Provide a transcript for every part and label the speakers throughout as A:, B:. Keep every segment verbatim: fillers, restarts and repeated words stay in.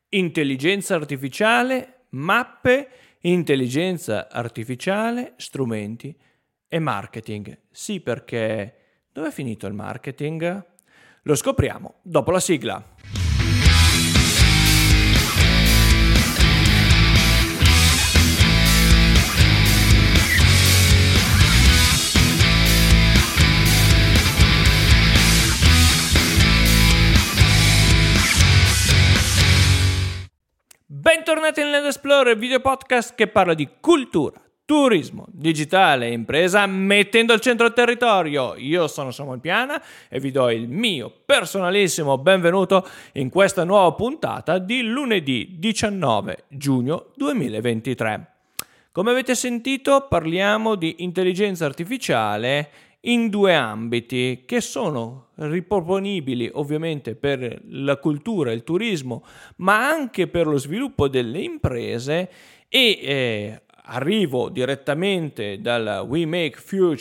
A: Intelligenza artificiale, mappe, intelligenza artificiale, strumenti e marketing. Sì, perché dove è finito il marketing? Lo scopriamo dopo la sigla. Bentornati nel Net Explorer, video podcast che parla di cultura, turismo, digitale e impresa mettendo al centro il territorio. Io sono Samuel Piana e vi do il mio personalissimo benvenuto in questa nuova puntata di lunedì diciannove giugno duemilaventitré. Come avete sentito, parliamo di intelligenza artificiale in due ambiti che sono riproponibili ovviamente per la cultura e il turismo, ma anche per lo sviluppo delle imprese e eh, arrivo direttamente dal We Make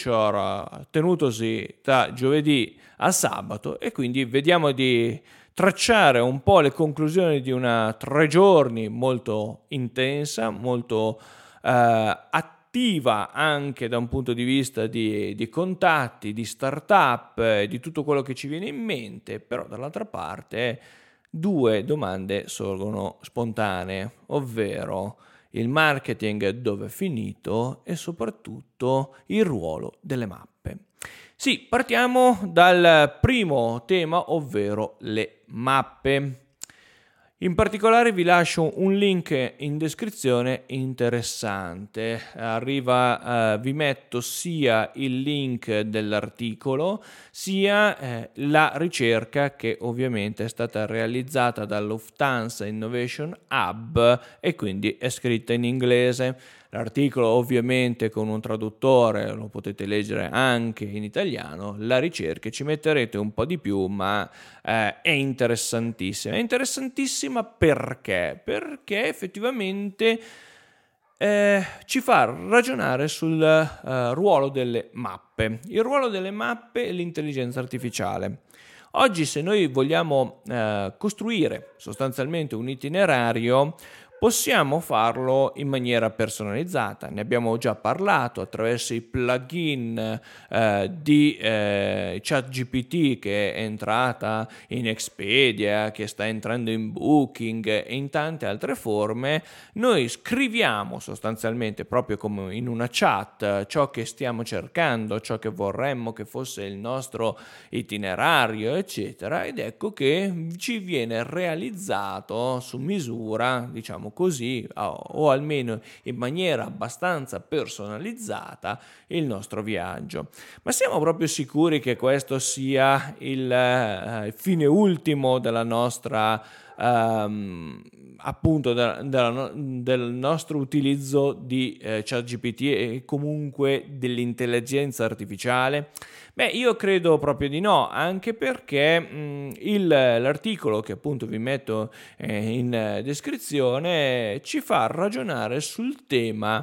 A: Future tenutosi da giovedì a sabato e quindi vediamo di tracciare un po' le conclusioni di una tre giorni molto intensa, molto eh, attiva attiva anche da un punto di vista di, di contatti, di start-up, eh, di tutto quello che ci viene in mente, però dall'altra parte due domande sorgono spontanee, ovvero il marketing dove è finito e soprattutto il ruolo delle mappe. Sì, partiamo dal primo tema, ovvero le mappe. In particolare vi lascio un link in descrizione interessante. Arriva, eh, vi metto sia il link dell'articolo sia eh, la ricerca che ovviamente è stata realizzata dal Lufthansa Innovation Hub e quindi è scritta in inglese. L'articolo ovviamente con un traduttore lo potete leggere anche in italiano, la ricerca ci metterete un po' di più, ma eh, è interessantissima. È interessantissima perché? Perché effettivamente eh, ci fa ragionare sul eh, ruolo delle mappe. Il ruolo delle mappe e l'intelligenza artificiale. Oggi se noi vogliamo eh, costruire sostanzialmente un itinerario, possiamo farlo in maniera personalizzata. Ne abbiamo già parlato attraverso i plugin eh, di eh, ChatGPT che è entrata in Expedia, che sta entrando in Booking e in tante altre forme. Noi scriviamo sostanzialmente proprio come in una chat ciò che stiamo cercando, ciò che vorremmo che fosse il nostro itinerario, eccetera, ed ecco che ci viene realizzato su misura, diciamo così, o almeno in maniera abbastanza personalizzata il nostro viaggio. Ma siamo proprio sicuri che questo sia il eh, fine ultimo della nostra Um, appunto da, da, del nostro utilizzo di eh, ChatGPT e comunque dell'intelligenza artificiale? Beh, io credo proprio di no, anche perché mh, il, l'articolo che appunto vi metto eh, in descrizione ci fa ragionare sul tema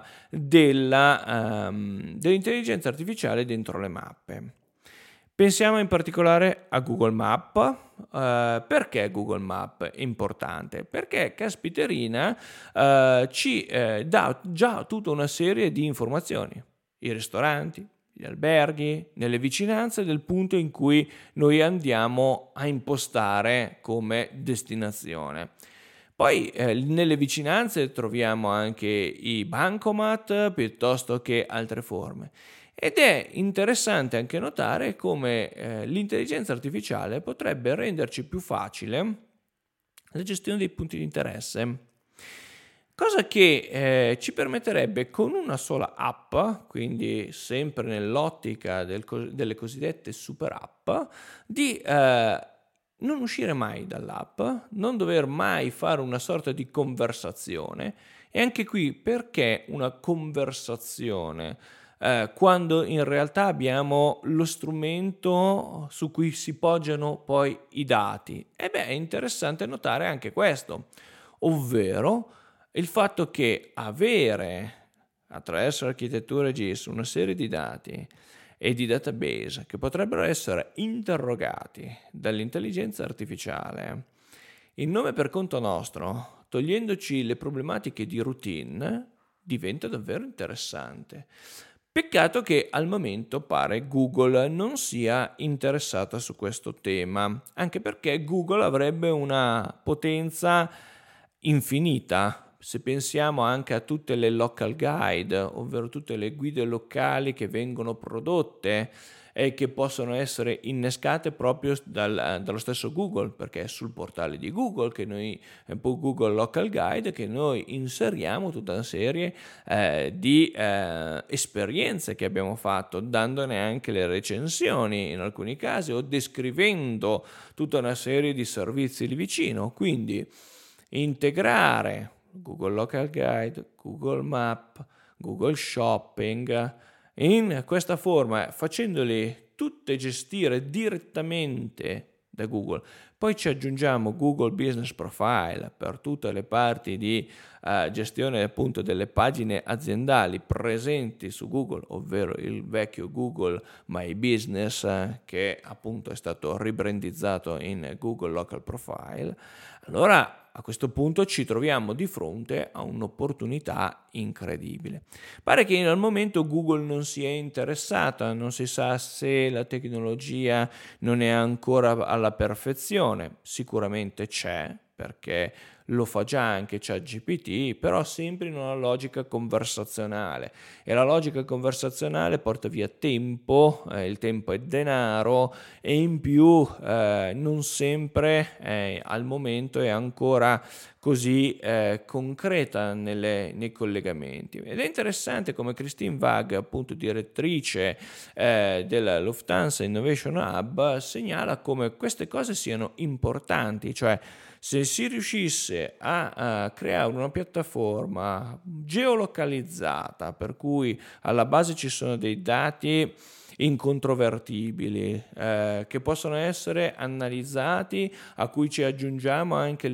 A: della, um, dell'intelligenza artificiale dentro le mappe. Pensiamo in particolare a Google Maps. Uh, perché Google Maps è importante? Perché caspiterina uh, ci uh, dà già tutta una serie di informazioni. I ristoranti, gli alberghi, nelle vicinanze del punto in cui noi andiamo a impostare come destinazione. Poi eh, nelle vicinanze troviamo anche i bancomat piuttosto che altre forme. Ed è interessante anche notare come eh, l'intelligenza artificiale potrebbe renderci più facile la gestione dei punti di interesse, cosa che eh, ci permetterebbe con una sola app, quindi sempre nell'ottica del co- delle cosiddette super app, di eh, non uscire mai dall'app, non dover mai fare una sorta di conversazione. E anche qui perché una conversazione? Eh, quando in realtà abbiamo lo strumento su cui si poggiano poi i dati. E beh, è interessante notare anche questo, ovvero il fatto che avere attraverso l'architettura G I S una serie di dati e di database che potrebbero essere interrogati dall'intelligenza artificiale il nome per conto nostro, togliendoci le problematiche di routine, diventa davvero interessante. Peccato che al momento pare Google non sia interessata su questo tema, anche perché Google avrebbe una potenza infinita. Se pensiamo anche a tutte le local guide, ovvero tutte le guide locali che vengono prodotte e che possono essere innescate proprio dal, dallo stesso Google, perché è sul portale di Google che noi, Google Local Guide, che noi inseriamo tutta una serie eh, di eh, esperienze che abbiamo fatto, dandone anche le recensioni in alcuni casi o descrivendo tutta una serie di servizi lì vicino. Quindi integrare Google Local Guide, Google Map, Google Shopping in questa forma, facendoli tutte gestire direttamente da Google. Poi ci aggiungiamo Google Business Profile per tutte le parti di uh, gestione appunto delle pagine aziendali presenti su Google, ovvero il vecchio Google My Business uh, che appunto è stato ribrandizzato in Google Local Profile. Allora a questo punto ci troviamo di fronte a un'opportunità incredibile. Pare che al momento Google non sia interessata, non si sa se la tecnologia non è ancora alla perfezione, sicuramente c'è, perché lo fa già anche ChatGPT, però sempre in una logica conversazionale, e la logica conversazionale porta via tempo, eh, il tempo è denaro, e in più eh, non sempre eh, al momento è ancora così eh, concreta nelle, nei collegamenti. Ed è interessante come Christine Wag, appunto direttrice eh, della Lufthansa Innovation Hub, segnala come queste cose siano importanti, cioè se si riuscisse a, a creare una piattaforma geolocalizzata per cui alla base ci sono dei dati incontrovertibili eh, che possono essere analizzati, a cui ci aggiungiamo anche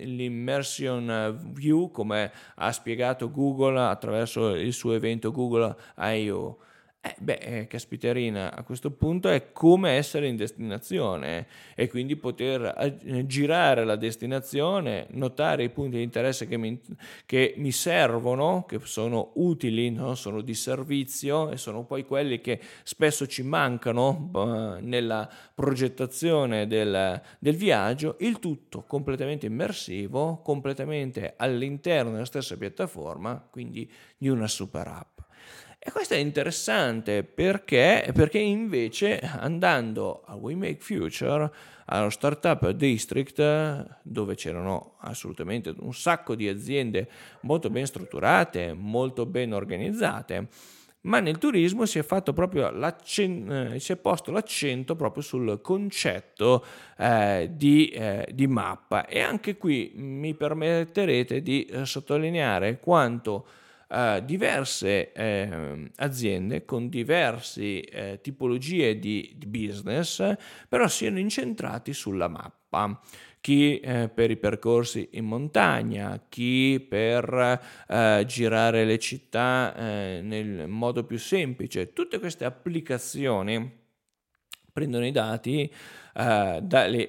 A: l'immersion view, come ha spiegato Google attraverso il suo evento Google I O. Eh, beh, eh, caspiterina, a questo punto è come essere in destinazione e quindi poter eh, girare la destinazione, notare i punti di interesse che mi, che mi servono, che sono utili, no? Sono di servizio e sono poi quelli che spesso ci mancano eh, nella progettazione del, del viaggio, il tutto completamente immersivo, completamente all'interno della stessa piattaforma, quindi di una super app. E questo è interessante perché, perché invece andando a We Make Future, allo Startup District, dove c'erano assolutamente un sacco di aziende molto ben strutturate, molto ben organizzate, ma nel turismo si è fatto proprio l'accen- eh, si è posto l'accento proprio sul concetto eh, di, eh, di mappa. E anche qui mi permetterete di eh, sottolineare quanto Uh, diverse eh, aziende con diverse eh, tipologie di, di business, però siano incentrati sulla mappa. Chi eh, per i percorsi in montagna, chi per eh, girare le città eh, nel modo più semplice. Tutte queste applicazioni prendono i dati Uh, dalle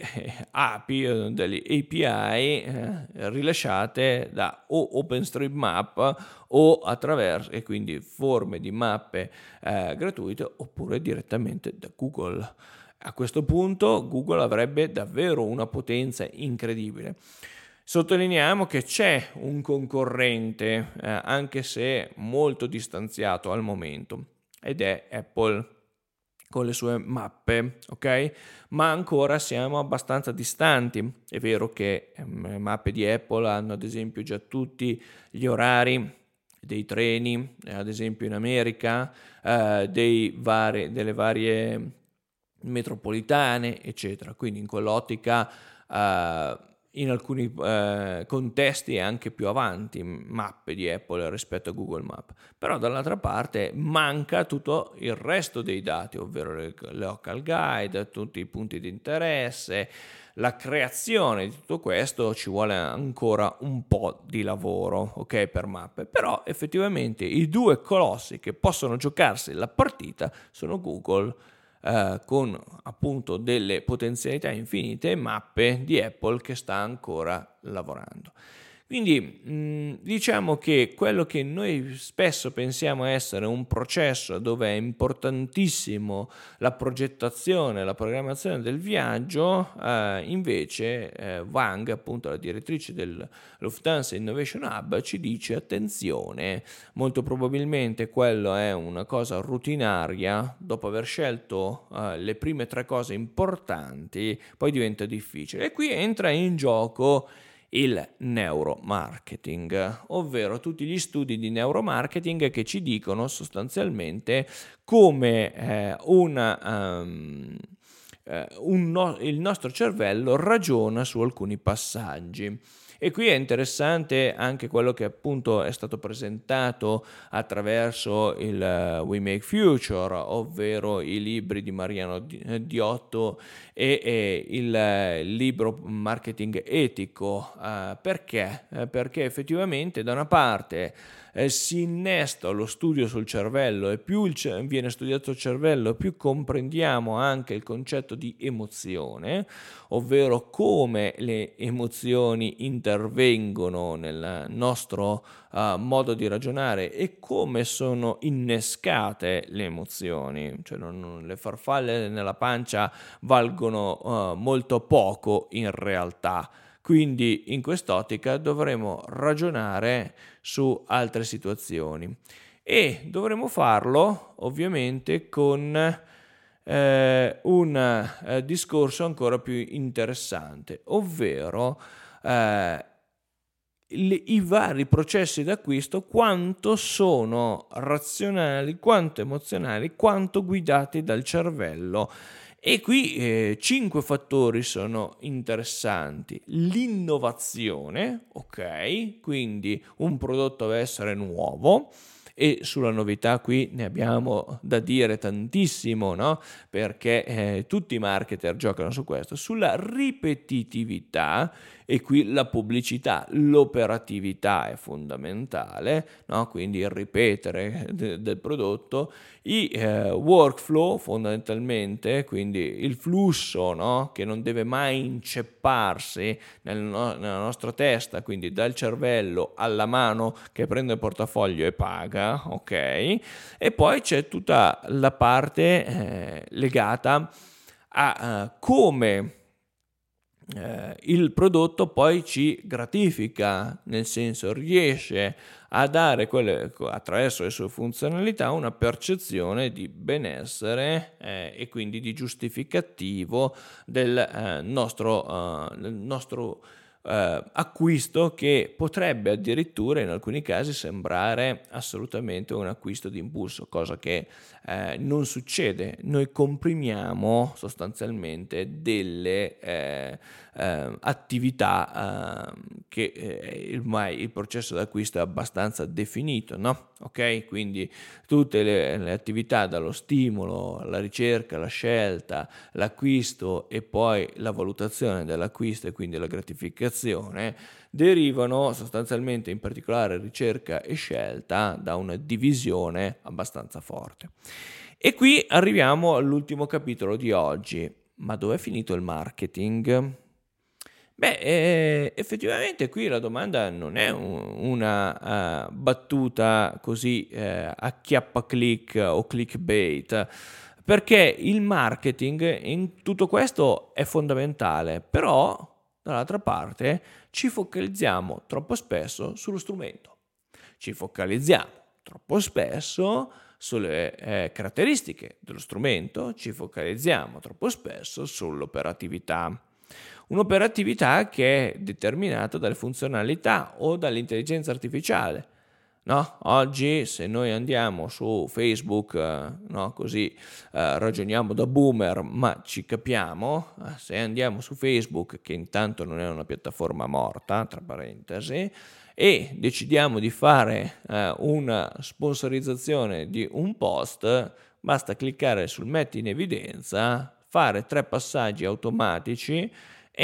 A: A P I o dalle A P I uh, rilasciate da o OpenStreetMap o attraverso, e quindi forme di mappe uh, gratuite, oppure direttamente da Google. A questo punto Google avrebbe davvero una potenza incredibile. Sottolineiamo che c'è un concorrente, uh, anche se molto distanziato al momento, ed è Apple con le sue mappe, ok? Ma ancora siamo abbastanza distanti. È vero che le mappe di Apple hanno ad esempio già tutti gli orari dei treni, ad esempio in America, eh, dei vari, delle varie metropolitane, eccetera. Quindi in quell'ottica eh, in alcuni eh, contesti è anche più avanti mappe di Apple rispetto a Google Maps, però dall'altra parte manca tutto il resto dei dati, ovvero le local guide, tutti i punti di interesse, la creazione di tutto questo. Ci vuole ancora un po' di lavoro, ok, per mappe, però effettivamente i due colossi che possono giocarsi la partita sono Google eh, con appunto delle potenzialità infinite, mappe di Apple che sta ancora lavorando. Quindi mh, diciamo che quello che noi spesso pensiamo essere un processo dove è importantissimo la progettazione, la programmazione del viaggio, eh, invece eh, Wang, appunto la direttrice del Lufthansa Innovation Hub, ci dice attenzione, molto probabilmente quello è una cosa rutinaria, dopo aver scelto eh, le prime tre cose importanti poi diventa difficile, e qui entra in gioco il neuromarketing, ovvero tutti gli studi di neuromarketing che ci dicono sostanzialmente come eh, una, um, eh, un no- il nostro cervello ragiona su alcuni passaggi. E qui è interessante anche quello che appunto è stato presentato attraverso il uh, We Make Future, ovvero i libri di Mariano Diotto e, e il uh, libro Marketing Etico. Uh, perché? Uh, perché effettivamente da una parte eh, si innesta lo studio sul cervello, e più il ce- viene studiato il cervello, più comprendiamo anche il concetto di emozione, ovvero come le emozioni intervengono nel nostro uh, modo di ragionare e come sono innescate le emozioni. Cioè non, non, le farfalle nella pancia valgono uh, molto poco in realtà. Quindi in quest'ottica dovremo ragionare su altre situazioni e dovremo farlo ovviamente con eh, un eh, discorso ancora più interessante, ovvero eh, le, i vari processi d'acquisto, quanto sono razionali, quanto emozionali, quanto guidati dal cervello. E qui eh, cinque fattori sono interessanti. L'innovazione, ok, quindi un prodotto deve essere nuovo, e sulla novità qui ne abbiamo da dire tantissimo, no? Perché eh, tutti i marketer giocano su questo. Sulla ripetitività, e qui la pubblicità, l'operatività è fondamentale, no? Quindi il ripetere de- del prodotto, i eh, workflow fondamentalmente, quindi il flusso, no? Che non deve mai incepparsi nel no- nella nostra testa, quindi dal cervello alla mano che prende il portafoglio e paga, ok? E poi c'è tutta la parte eh, legata a uh, come Eh, il prodotto poi ci gratifica, nel senso riesce a dare quelle, attraverso le sue funzionalità, una percezione di benessere eh, e quindi di giustificativo del eh, nostro, eh, del nostro eh, acquisto, che potrebbe addirittura in alcuni casi sembrare assolutamente un acquisto di impulso, cosa che eh, non succede. Noi comprimiamo sostanzialmente delle eh, eh, attività eh, che eh, ormai il processo d'acquisto è abbastanza definito, no? Ok? Quindi tutte le, le attività, dallo stimolo, la ricerca, la scelta, l'acquisto e poi la valutazione dell'acquisto e quindi la gratificazione, derivano sostanzialmente, in particolare ricerca e scelta, da una divisione abbastanza forte. E qui arriviamo all'ultimo capitolo di oggi. Ma dove è finito il marketing? Beh, eh, effettivamente qui la domanda non è un, una uh, battuta così eh, a chiappa-click o clickbait, perché il marketing in tutto questo è fondamentale, però dall'altra parte ci focalizziamo troppo spesso sullo strumento, ci focalizziamo troppo spesso sulle eh, caratteristiche dello strumento, ci focalizziamo troppo spesso sull'operatività. Un'operatività che è determinata dalle funzionalità o dall'intelligenza artificiale. No? Oggi se noi andiamo su Facebook, eh, no? Così eh, ragioniamo da boomer, ma ci capiamo, eh, se andiamo su Facebook, che intanto non è una piattaforma morta, tra parentesi, e decidiamo di fare eh, una sponsorizzazione di un post, basta cliccare sul metti in evidenza, fare tre passaggi automatici e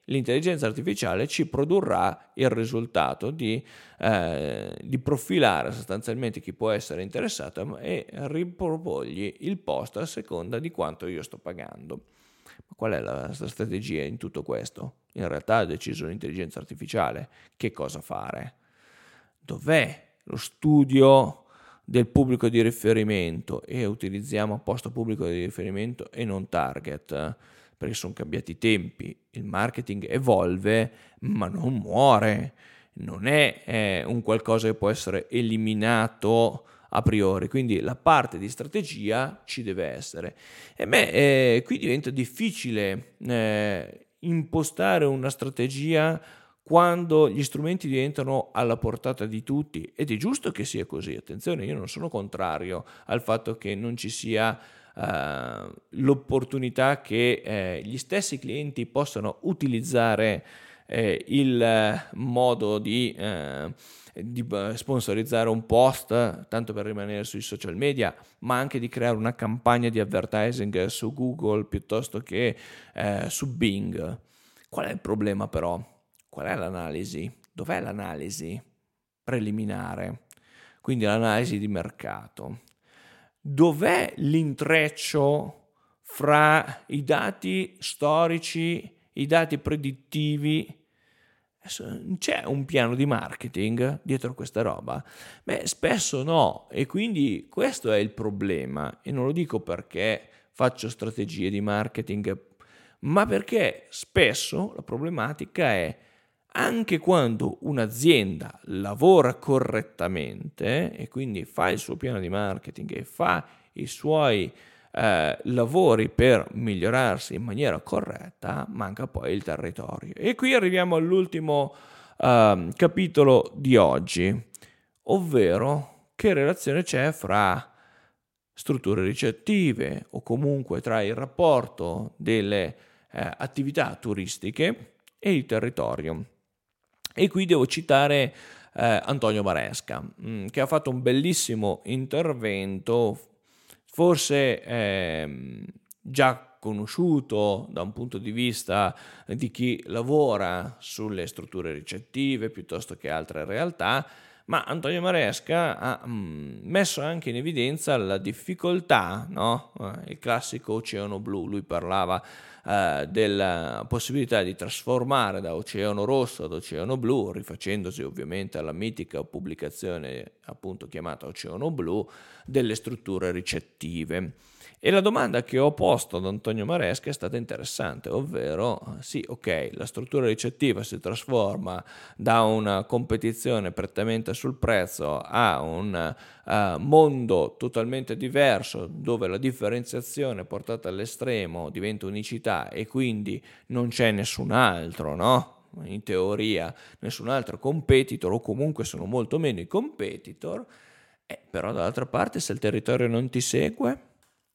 A: l'intelligenza artificiale ci produrrà il risultato di, eh, di profilare sostanzialmente chi può essere interessato e riproporgli il post a seconda di quanto io sto pagando. Ma qual è la strategia in tutto questo? In realtà ha deciso l'intelligenza artificiale che cosa fare. Dov'è lo studio del pubblico di riferimento? E utilizziamo apposta pubblico di riferimento e non target, perché sono cambiati i tempi, il marketing evolve ma non muore, non è eh, un qualcosa che può essere eliminato a priori, quindi la parte di strategia ci deve essere. E beh, eh, qui diventa difficile eh, impostare una strategia quando gli strumenti diventano alla portata di tutti, ed è giusto che sia così. Attenzione, io non sono contrario al fatto che non ci sia uh, l'opportunità che eh, gli stessi clienti possano utilizzare eh, il modo di, eh, di sponsorizzare un post, tanto per rimanere sui social media, ma anche di creare una campagna di advertising su Google piuttosto che eh, su Bing. Qual è il problema però? Qual è l'analisi? Dov'è l'analisi preliminare? Quindi l'analisi di mercato. Dov'è l'intreccio fra i dati storici, i dati predittivi? C'è un piano di marketing dietro questa roba? Beh, spesso no, e quindi questo è il problema, e non lo dico perché faccio strategie di marketing, ma perché spesso la problematica è anche quando un'azienda lavora correttamente e quindi fa il suo piano di marketing e fa i suoi eh, lavori per migliorarsi in maniera corretta, manca poi il territorio. E qui arriviamo all'ultimo eh, capitolo di oggi, ovvero che relazione c'è fra strutture ricettive o comunque tra il rapporto delle eh, attività turistiche e il territorio. E qui devo citare eh, Antonio Maresca, mh, che ha fatto un bellissimo intervento, forse eh, già conosciuto da un punto di vista di chi lavora sulle strutture ricettive piuttosto che altre realtà, ma Antonio Maresca ha mh, messo anche in evidenza la difficoltà, no? Il classico oceano blu. Lui parlava eh, della possibilità di trasformare da oceano rosso ad oceano blu, rifacendosi ovviamente alla mitica pubblicazione appunto chiamata Oceano Blu, delle strutture ricettive. E la domanda che ho posto ad Antonio Maresca è stata interessante, ovvero sì, ok, la struttura ricettiva si trasforma da una competizione prettamente sul prezzo a un uh, mondo totalmente diverso, dove la differenziazione portata all'estremo diventa unicità e quindi non c'è nessun altro, no? In teoria nessun altro competitor, o comunque sono molto meno i competitor, eh, però dall'altra parte se il territorio non ti segue,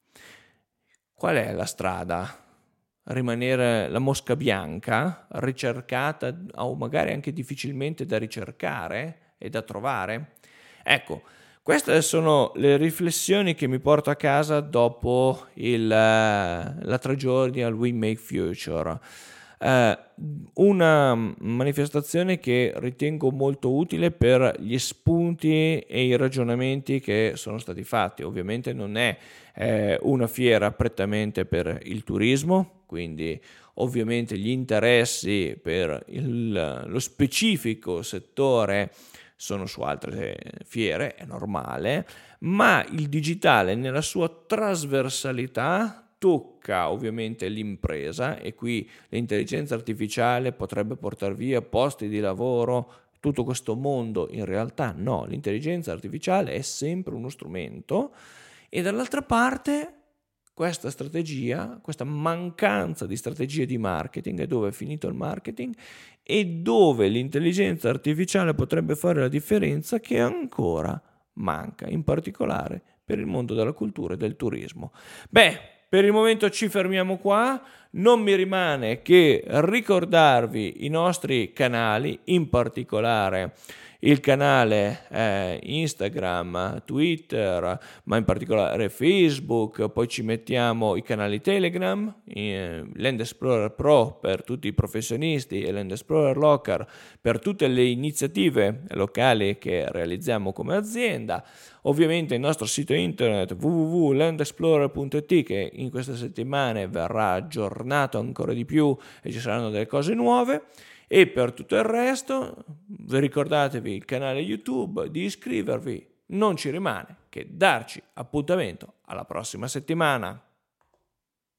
A: qual è la strada? Rimanere la mosca bianca, ricercata o magari anche difficilmente da ricercare e da trovare? Ecco, queste sono le riflessioni che mi porto a casa dopo il, la tre giorni al We Make Future. Uh, una manifestazione che ritengo molto utile per gli spunti e i ragionamenti che sono stati fatti. Ovviamente non è eh, una fiera prettamente per il turismo, quindi ovviamente gli interessi per il, lo specifico settore sono su altre fiere, è normale, ma il digitale nella sua trasversalità tocca ovviamente l'impresa, e qui l'intelligenza artificiale potrebbe portare via posti di lavoro, tutto questo mondo. In realtà no, l'intelligenza artificiale è sempre uno strumento, e dall'altra parte questa strategia, questa mancanza di strategie di marketing, è dove è finito il marketing e dove l'intelligenza artificiale potrebbe fare la differenza, che ancora manca, in particolare per il mondo della cultura e del turismo. Beh, per il momento ci fermiamo qua, Non mi rimane che ricordarvi i nostri canali, in particolare il canale eh, Instagram, Twitter, ma in particolare Facebook. Poi ci mettiamo i canali Telegram, eh, Land Explorer Pro per tutti i professionisti e Land Explorer Locker per tutte le iniziative locali che realizziamo come azienda. Ovviamente il nostro sito internet w w w punto land explorer punto i t, che in queste settimane verrà aggiornato ancora di più e ci saranno delle cose nuove. E per tutto il resto ricordatevi il canale YouTube, di iscrivervi. Non ci rimane che darci appuntamento alla prossima settimana.